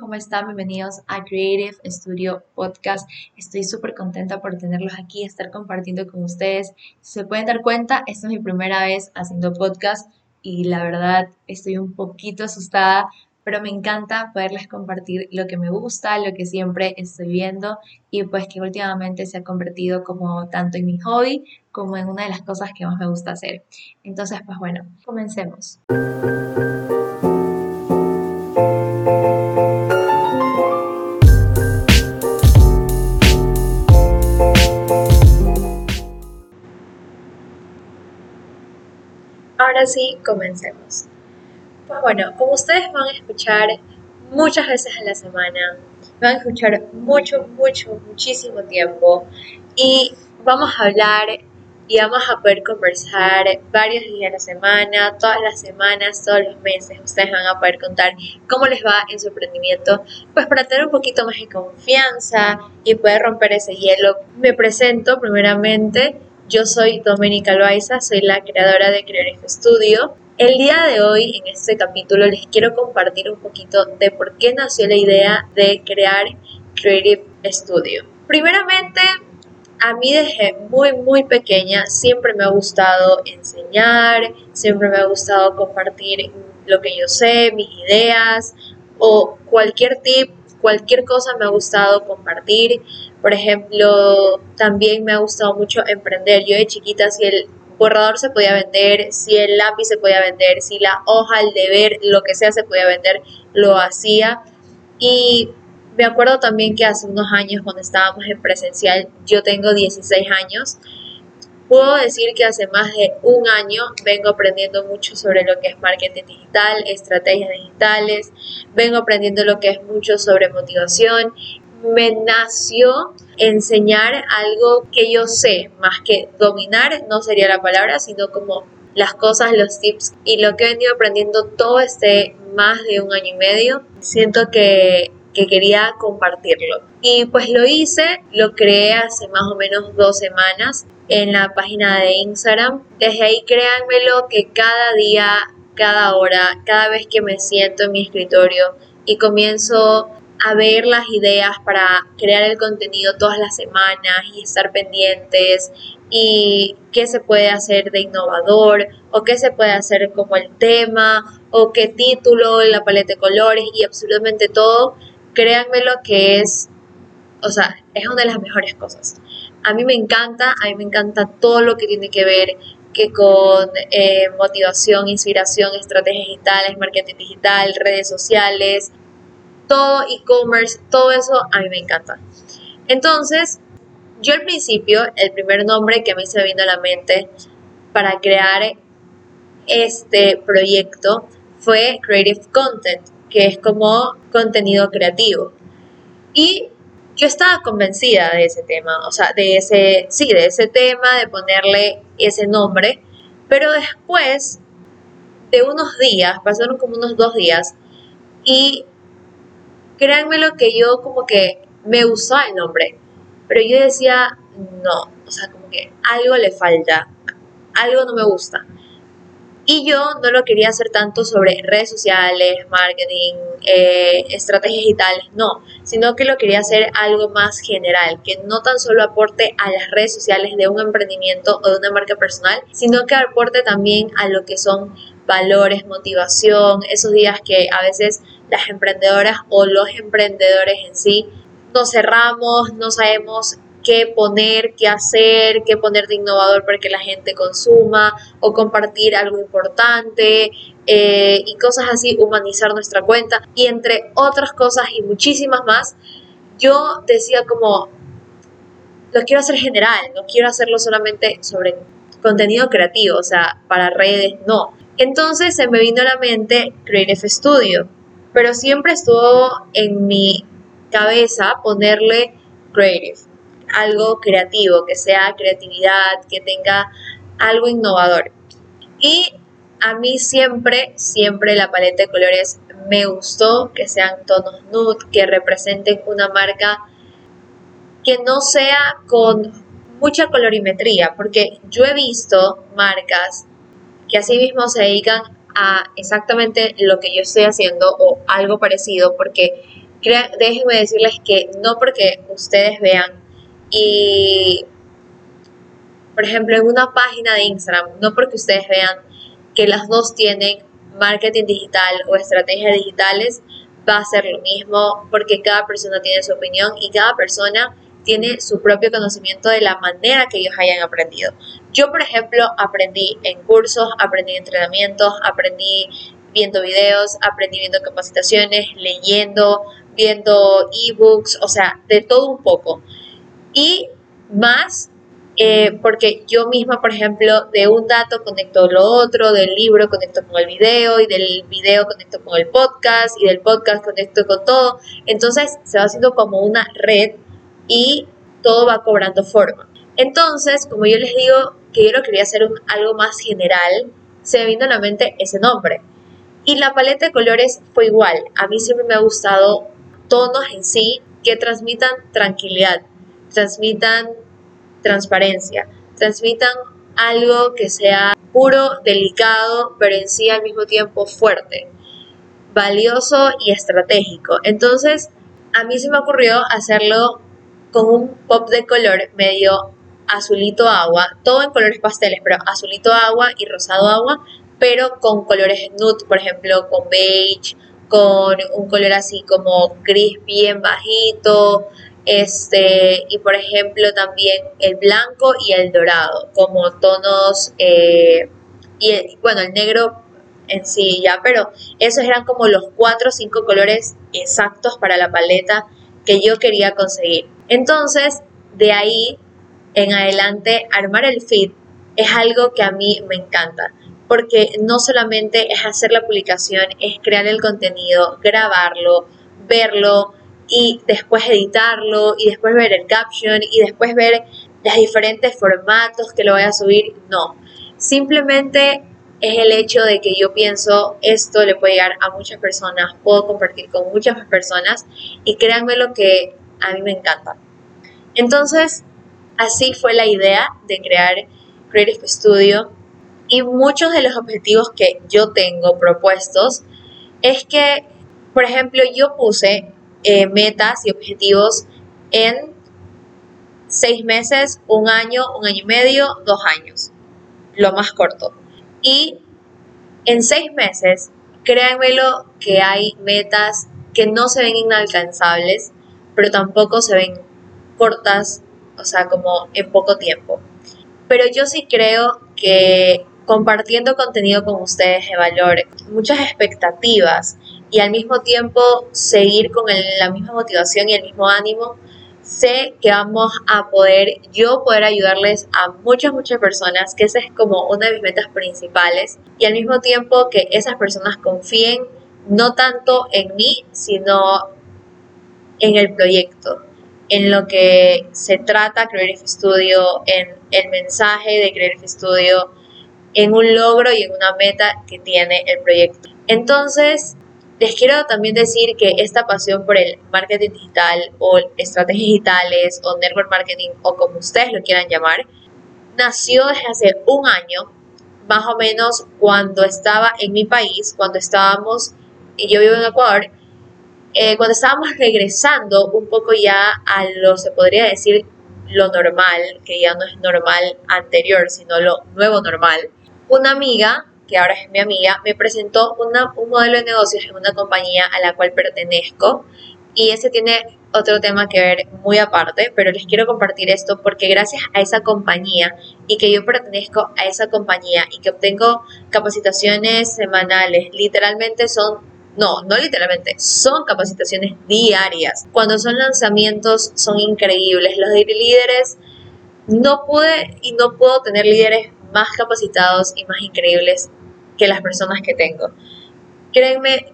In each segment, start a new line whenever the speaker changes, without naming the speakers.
¿cómo están? Bienvenidos a Creative Studio Podcast. Estoy súper contenta por tenerlos aquí, estar compartiendo con ustedes. Si se pueden dar cuenta, esta es mi primera vez haciendo podcast y la verdad estoy un poquito asustada, pero me encanta poderles compartir lo que me gusta, lo que siempre estoy viendo y pues que últimamente se ha convertido como tanto en mi hobby como en una de las cosas que más me gusta hacer. Entonces, pues bueno, comencemos. Ahora sí, comencemos. Pues bueno, como ustedes van a escuchar muchas veces a la semana, van a escuchar muchísimo tiempo y vamos a hablar y vamos a poder conversar varios días a la semana, todas las semanas, todos los meses. Ustedes van a poder contar cómo les va en su emprendimiento, pues para tener un poquito más de confianza y poder romper ese hielo. Me presento primeramente. Yo soy Doménica Loaiza, soy la creadora de Creative Studio. El día de hoy, en este capítulo, les quiero compartir un poquito de por qué nació la idea de crear Creative Studio. Primeramente, a mí desde muy pequeña siempre me ha gustado enseñar, siempre me ha gustado compartir lo que yo sé, mis ideas o cualquier tip, cualquier cosa me ha gustado compartir. Por ejemplo, también me ha gustado mucho emprender. Yo de chiquita, si el borrador se podía vender, si el lápiz se podía vender, si la hoja, el deber, lo que sea se podía vender, lo hacía. Y me acuerdo también que hace unos años cuando estábamos en presencial, yo tengo 16 años, puedo decir que hace más de un año vengo aprendiendo mucho sobre lo que es marketing digital, estrategias digitales, vengo aprendiendo lo que es mucho sobre motivación. Me nació enseñar algo que yo sé, más que dominar, no sería la palabra, sino como las cosas, los tips y lo que he venido aprendiendo todo este más de un año y medio. Siento que quería compartirlo. Y pues lo hice, lo creé hace más o menos 2 semanas en la página de Instagram. Desde ahí créanmelo que cada día, cada hora, cada vez que me siento en mi escritorio y comienzo a ver las ideas para crear el contenido todas las semanas y estar pendientes y qué se puede hacer de innovador o qué se puede hacer como el tema o qué título, la paleta de colores y absolutamente todo, créanmelo que es una de las mejores cosas. A mí me encanta todo lo que tiene que ver que con motivación, inspiración, estrategias digitales, marketing digital, redes sociales, todo e-commerce, todo eso a mí me encanta. Entonces, yo al principio, el primer nombre que a mí se me vino a la mente para crear este proyecto fue Creative Content, que es como contenido creativo. Y yo estaba convencida de ese tema, de ese tema, de ponerle ese nombre, pero después de unos días, pasaron como unos 2 días, y créanme lo que yo como que me gustó el nombre, pero yo decía, no, como que algo le falta, algo no me gusta. Y yo no lo quería hacer tanto sobre redes sociales, marketing, estrategias digitales, no, sino que lo quería hacer algo más general, que no tan solo aporte a las redes sociales de un emprendimiento o de una marca personal, sino que aporte también a lo que son valores, motivación, esos días que a veces las emprendedoras o los emprendedores en sí nos cerramos, no sabemos qué poner, qué hacer, qué poner de innovador para que la gente consuma o compartir algo importante y cosas así, humanizar nuestra cuenta y entre otras cosas y muchísimas más. Yo decía como, lo quiero hacer general, no quiero hacerlo solamente sobre contenido creativo, para redes, no. Entonces se me vino a la mente Creative Studio, pero siempre estuvo en mi cabeza ponerle Creative, algo creativo, que sea creatividad, que tenga algo innovador. Y a mí siempre la paleta de colores me gustó, que sean tonos nude, que representen una marca que no sea con mucha colorimetría, porque yo he visto marcas que así mismo se dedican a exactamente lo que yo estoy haciendo o algo parecido, porque Déjenme decirles que no porque ustedes vean y, por ejemplo, en una página de Instagram, no porque ustedes vean que las dos tienen marketing digital o estrategias digitales, va a ser lo mismo porque cada persona tiene su opinión y cada persona tiene su propio conocimiento de la manera que ellos hayan aprendido. Yo, por ejemplo, aprendí en cursos, aprendí en entrenamientos, aprendí viendo videos, aprendí viendo capacitaciones, leyendo, viendo ebooks, o sea, de todo un poco. Y más porque yo misma, por ejemplo, de un dato conecto lo otro, del libro conecto con el video y del video conecto con el podcast y del podcast conecto con todo. Entonces se va haciendo como una red y todo va cobrando forma. Entonces, como yo les digo que yo lo quería hacer algo más general, se me vino a la mente ese nombre. Y la paleta de colores fue igual. A mí siempre me ha gustado tonos en sí que transmitan tranquilidad, transmitan transparencia, transmitan algo que sea puro, delicado, pero en sí al mismo tiempo fuerte, valioso y estratégico. Entonces, a mí se me ocurrió hacerlo con un pop de color medio azulito agua, todo en colores pasteles, pero azulito agua y rosado agua, pero con colores nude, por ejemplo, con beige, con un color así como gris bien bajito, y por ejemplo también el blanco y el dorado, como tonos, bueno, el negro en sí ya, pero esos eran como los 4 o 5 colores exactos para la paleta que yo quería conseguir. Entonces, de ahí en adelante, armar el feed es algo que a mí me encanta, porque no solamente es hacer la publicación, es crear el contenido, grabarlo, verlo y después editarlo y después ver el caption y después ver los diferentes formatos que lo voy a subir. No, simplemente es el hecho de que yo pienso esto le puede llegar a muchas personas, puedo compartir con muchas más personas y créanme lo que a mí me encanta. Entonces, así fue la idea de crear Creative Studio y muchos de los objetivos que yo tengo propuestos es que, por ejemplo, yo puse metas y objetivos en 6 meses, un año y medio, 2 años, lo más corto. Y en 6 meses, créanmelo que hay metas que no se ven inalcanzables, pero tampoco se ven cortas, o sea, como en poco tiempo. Pero yo sí creo que compartiendo contenido con ustedes de valor, muchas expectativas y al mismo tiempo seguir con la misma motivación y el mismo ánimo, sé que vamos a poder ayudarles a muchas personas, que esa es como una de mis metas principales y al mismo tiempo que esas personas confíen no tanto en mí, sino en el proyecto, en lo que se trata Creative Studio, en el mensaje de Creative Studio, en un logro y en una meta que tiene el proyecto. Entonces, les quiero también decir que esta pasión por el marketing digital o estrategias digitales o network marketing o como ustedes lo quieran llamar, nació desde hace un año, más o menos cuando estaba en mi país, yo vivo en Ecuador, cuando estábamos regresando un poco ya a lo, se podría decir, lo normal, que ya no es normal anterior, sino lo nuevo normal, una amiga, que ahora es mi amiga, me presentó un modelo de negocios en una compañía a la cual pertenezco y ese tiene otro tema que ver muy aparte, pero les quiero compartir esto porque gracias a esa compañía y que yo pertenezco a esa compañía y que obtengo capacitaciones semanales, no literalmente, son capacitaciones diarias. Cuando son lanzamientos son increíbles. Los líderes, no puedo tener líderes más capacitados y más increíbles que las personas que tengo. Créanme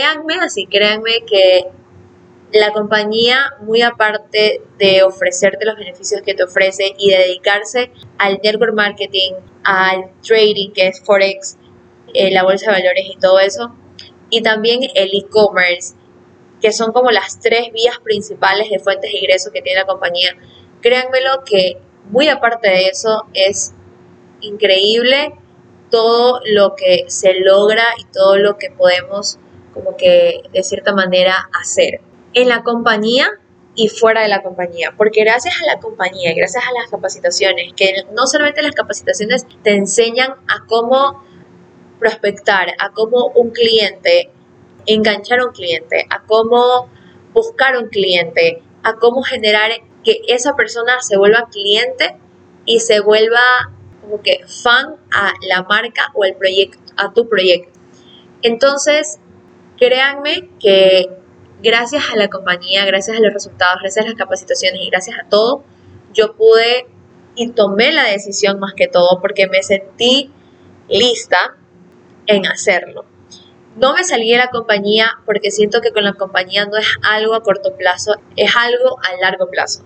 que la compañía, muy aparte de ofrecerte los beneficios que te ofrece y de dedicarse al network marketing, al trading, que es Forex, la bolsa de valores y todo eso, y también el e-commerce, que son como las 3 vías principales de fuentes de ingresos que tiene la compañía. Créanmelo que muy aparte de eso es increíble todo lo que se logra y todo lo que podemos como que de cierta manera hacer. en la compañía y fuera de la compañía, porque gracias a la compañía, gracias a las capacitaciones, que no solamente las capacitaciones te enseñan a cómo prospectar, a cómo un cliente, enganchar a un cliente, a cómo buscar un cliente, a cómo generar que esa persona se vuelva cliente y se vuelva como que fan a la marca o el proyecto, a tu proyecto. Entonces, créanme que gracias a la compañía, gracias a los resultados, gracias a las capacitaciones y gracias a todo, yo pude y tomé la decisión más que todo porque me sentí lista en hacerlo. No me salí de la compañía porque siento que con la compañía no es algo a corto plazo, es algo a largo plazo.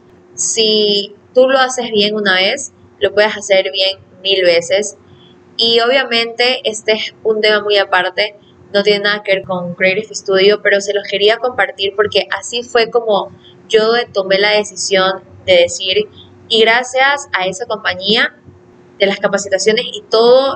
Si tú lo haces bien una vez, lo puedes hacer bien 1000 veces. Y obviamente este es un tema muy aparte, no tiene nada que ver con Creative Studio, pero se los quería compartir porque así fue como yo tomé la decisión de decir, y gracias a esa compañía, de las capacitaciones y todo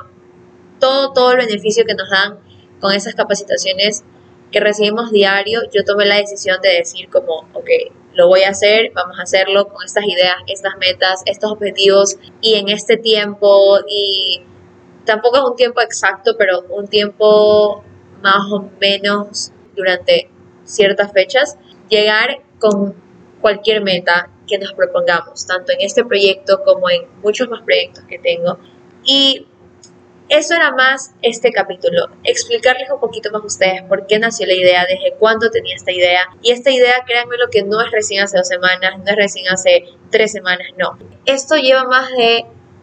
el beneficio que nos dan con esas capacitaciones que recibimos diario, yo tomé la decisión de decir como, ok, lo voy a hacer, vamos a hacerlo con estas ideas, estas metas, estos objetivos y en este tiempo, y tampoco es un tiempo exacto, pero un tiempo más o menos durante ciertas fechas, llegar con cualquier meta que nos propongamos, tanto en este proyecto como en muchos más proyectos que tengo. Y eso era más este capítulo, explicarles un poquito más a ustedes por qué nació la idea, desde cuándo tenía esta idea. Y esta idea, créanme lo que no es recién hace 2 semanas, no es recién hace 3 semanas, no. Esto lleva más de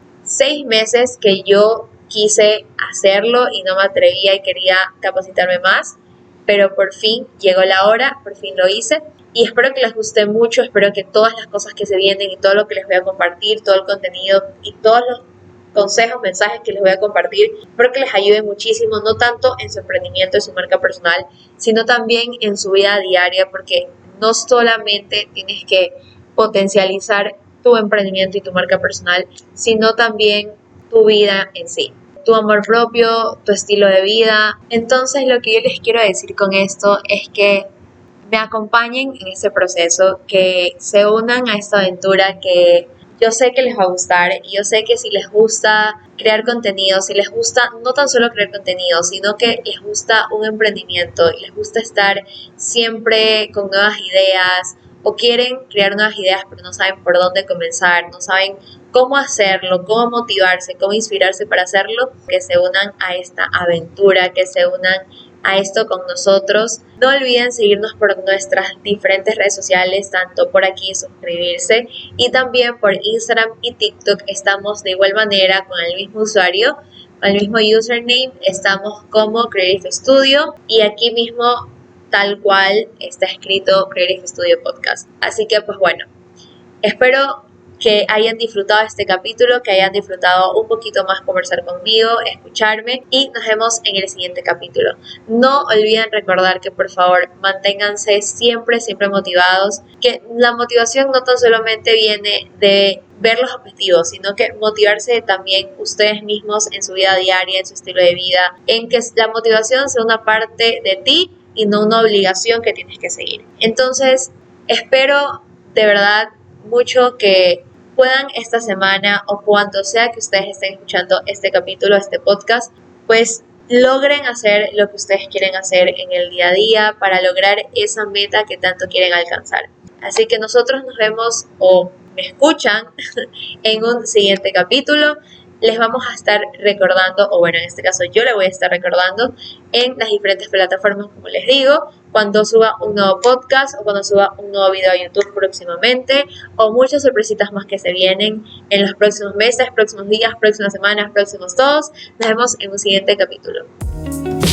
6 meses que yo quise hacerlo y no me atrevía y quería capacitarme más, pero por fin llegó la hora, por fin lo hice. Y espero que les guste mucho, espero que todas las cosas que se vienen y todo lo que les voy a compartir, todo el contenido y todos los consejos, mensajes que les voy a compartir, espero que les ayude muchísimo, no tanto en su emprendimiento, en su marca personal, sino también en su vida diaria, porque no solamente tienes que potencializar tu emprendimiento y tu marca personal, sino también tu vida en sí, tu amor propio, tu estilo de vida. Entonces, lo que yo les quiero decir con esto es que me acompañen en este proceso, que se unan a esta aventura que yo sé que les va a gustar, y yo sé que si les gusta crear contenido, si les gusta no tan solo crear contenido, sino que les gusta un emprendimiento y les gusta estar siempre con nuevas ideas, o quieren crear nuevas ideas pero no saben por dónde comenzar, no saben cómo hacerlo, cómo motivarse, cómo inspirarse para hacerlo, que se unan a esta aventura, que se unan a esto con nosotros. No olviden seguirnos por nuestras diferentes redes sociales, tanto por aquí suscribirse, y también por Instagram y TikTok estamos de igual manera con el mismo usuario, con el mismo username, estamos como Creative Studio, y aquí mismo tal cual está escrito Creative Studio Podcast. Así que pues bueno, espero que hayan disfrutado este capítulo, que hayan disfrutado un poquito más conversar conmigo, escucharme, y nos vemos en el siguiente capítulo. No olviden recordar que por favor manténganse siempre motivados, que la motivación no tan solamente viene de ver los objetivos, sino que motivarse también ustedes mismos en su vida diaria, en su estilo de vida, en que la motivación sea una parte de ti y no una obligación que tienes que seguir. Entonces, espero de verdad mucho que puedan esta semana, o cuando sea que ustedes estén escuchando este capítulo, este podcast, pues logren hacer lo que ustedes quieren hacer en el día a día para lograr esa meta que tanto quieren alcanzar. Así que nosotros nos vemos, o me escuchan, en un siguiente capítulo. Les vamos a estar recordando, o bueno, en este caso yo le voy a estar recordando en las diferentes plataformas, como les digo, cuando suba un nuevo podcast o cuando suba un nuevo video a YouTube próximamente, o muchas sorpresitas más que se vienen en los próximos meses, próximos días, próximas semanas, próximos todos. Nos vemos en un siguiente capítulo.